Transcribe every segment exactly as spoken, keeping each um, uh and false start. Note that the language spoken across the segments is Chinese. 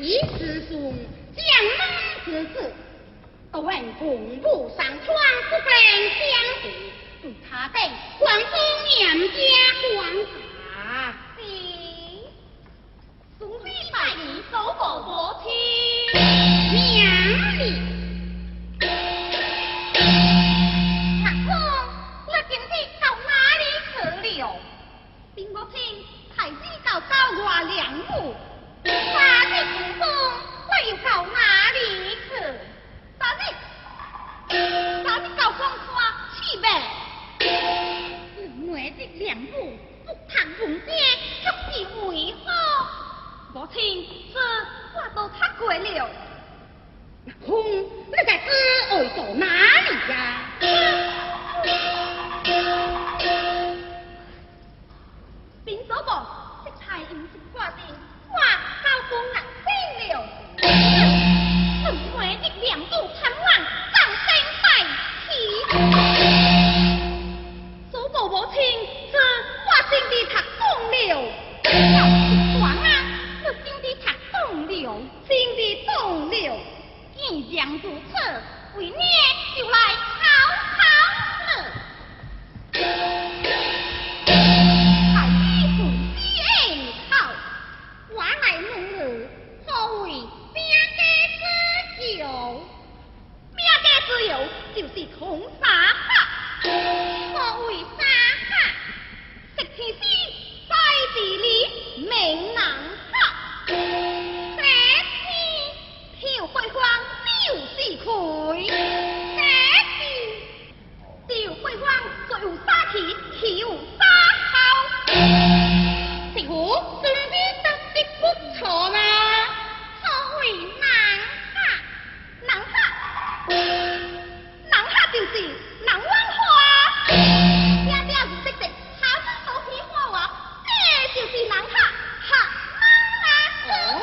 义之孙，将马之子，都闻公母上床，不分相护，对他等皇中严加管查。 是，送礼拜你守伯伯亲。 娘哩， 阿公，我今日到哪里去了？并不听太子到到外两户，三日之中，我又到哪里去？三日，三日到公山去呗。 每日两母不谈红爹，却是为何？ 母亲，是我都读过了。 空，你在这爱到哪里呀？ 并手部色彩已经挂定，我高公人生了。你每日两度贪玩，掌声拜起。手部母亲，是我真的读懂了。王啊，我真的读懂了，真的懂了。既然如此，为孽就来好好了。太子父子好，我来问你，何为命家之由？命家之由就是通沙法。何为沙法？食天师在地里命难法。这天跳桂花就是开，这天跳桂花就有沙气，气有沙好。 是我身边得的不错嘛。 何为难下？难下，难下就是难忘花。爹爹唔识得，下身手起花话，这就是难下，下难啊！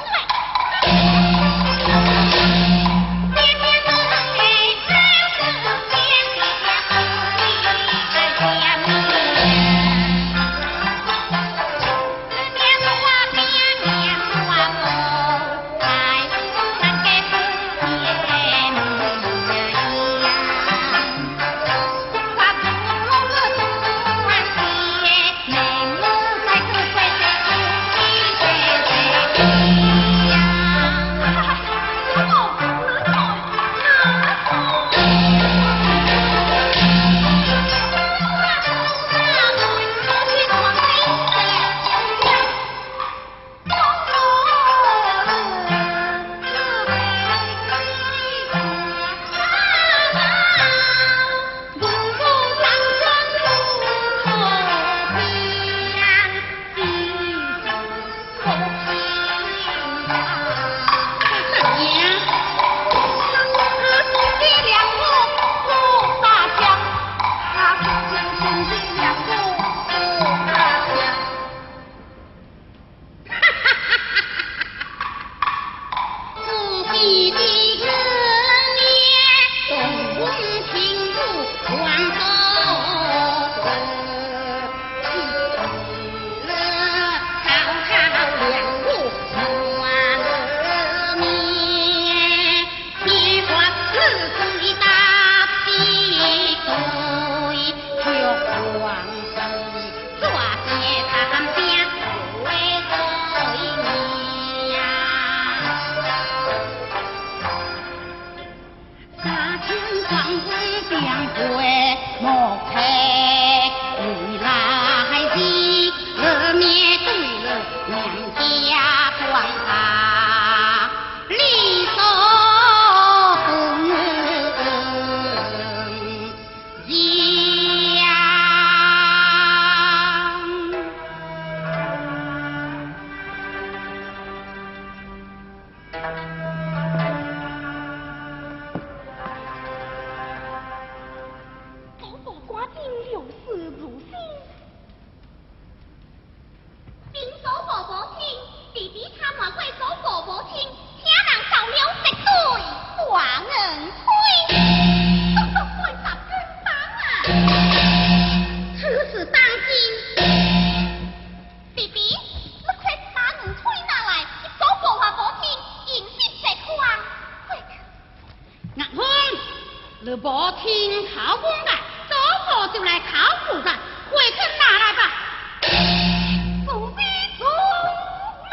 你无听考官的，走过就来考古的，回去拿来吧。 父子祖名。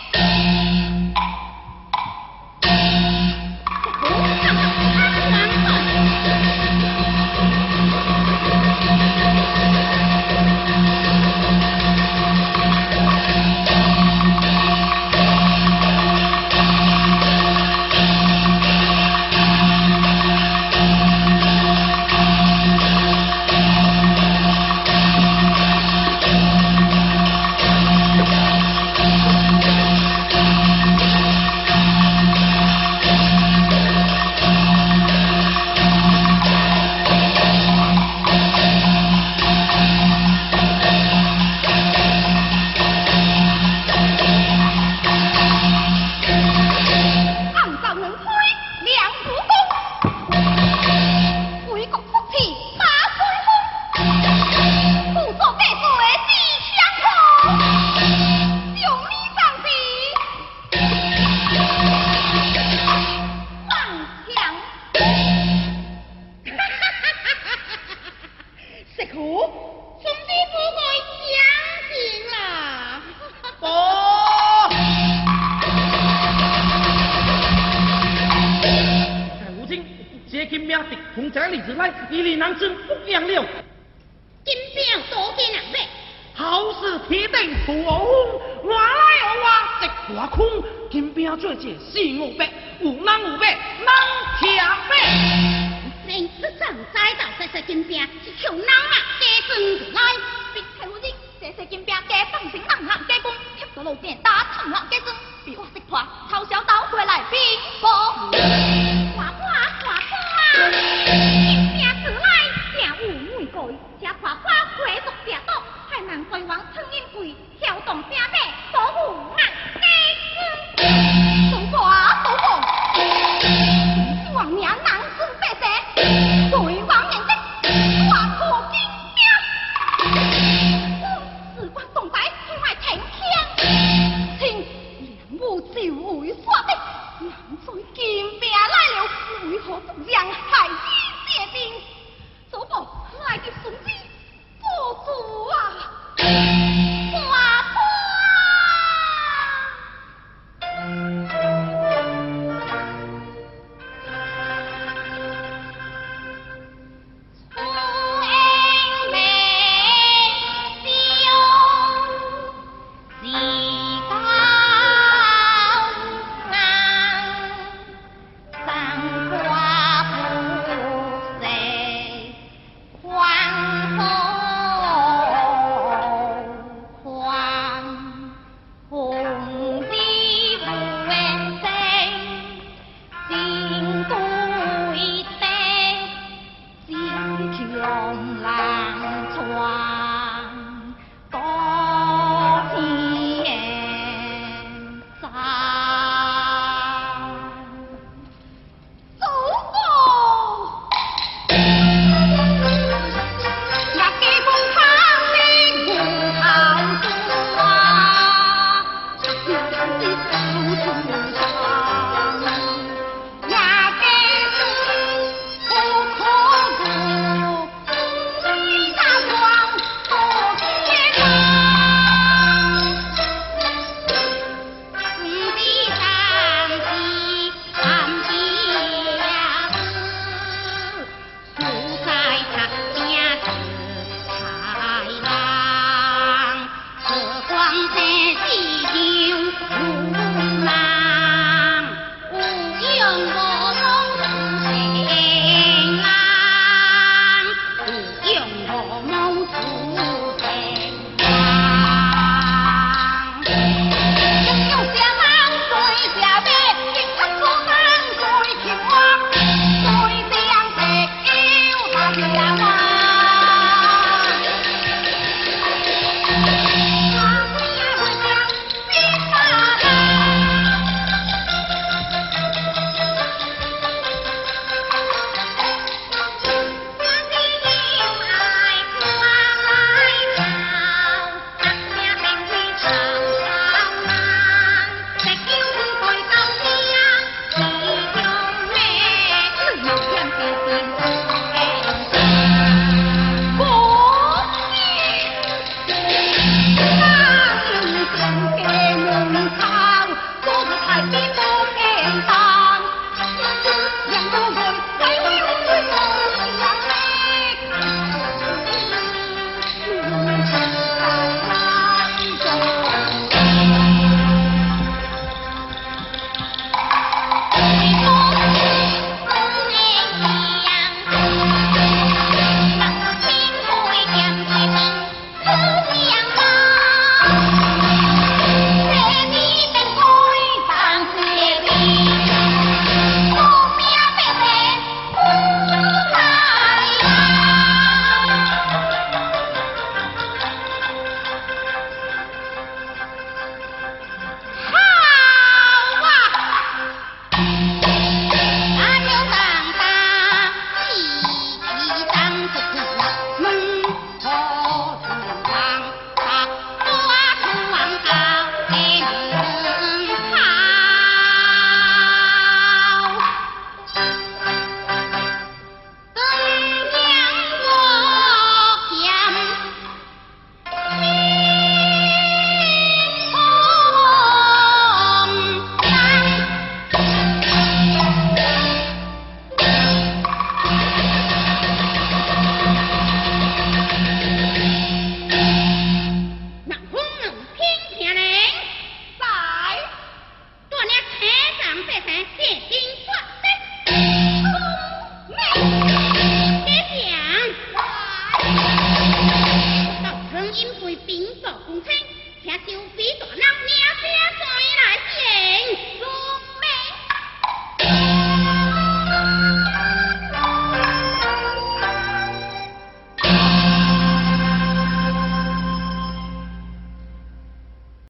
红家李子来，一力难争不杨了。 金表多见人呗， 好事铁定土豪翁，话来我话直话空，金表做这是我白，有能有白，能听白。 你这长栽到这些金表，是求人啊，加尊就来。 别睇我啲这些金表，加放成能行加工，贴到路边打藤行加针，比我识破，偷小刀回来兵波。话话话话啊！金表自来，正有玫瑰，这花花贵族正多，还能在往春阴柜跳动正美。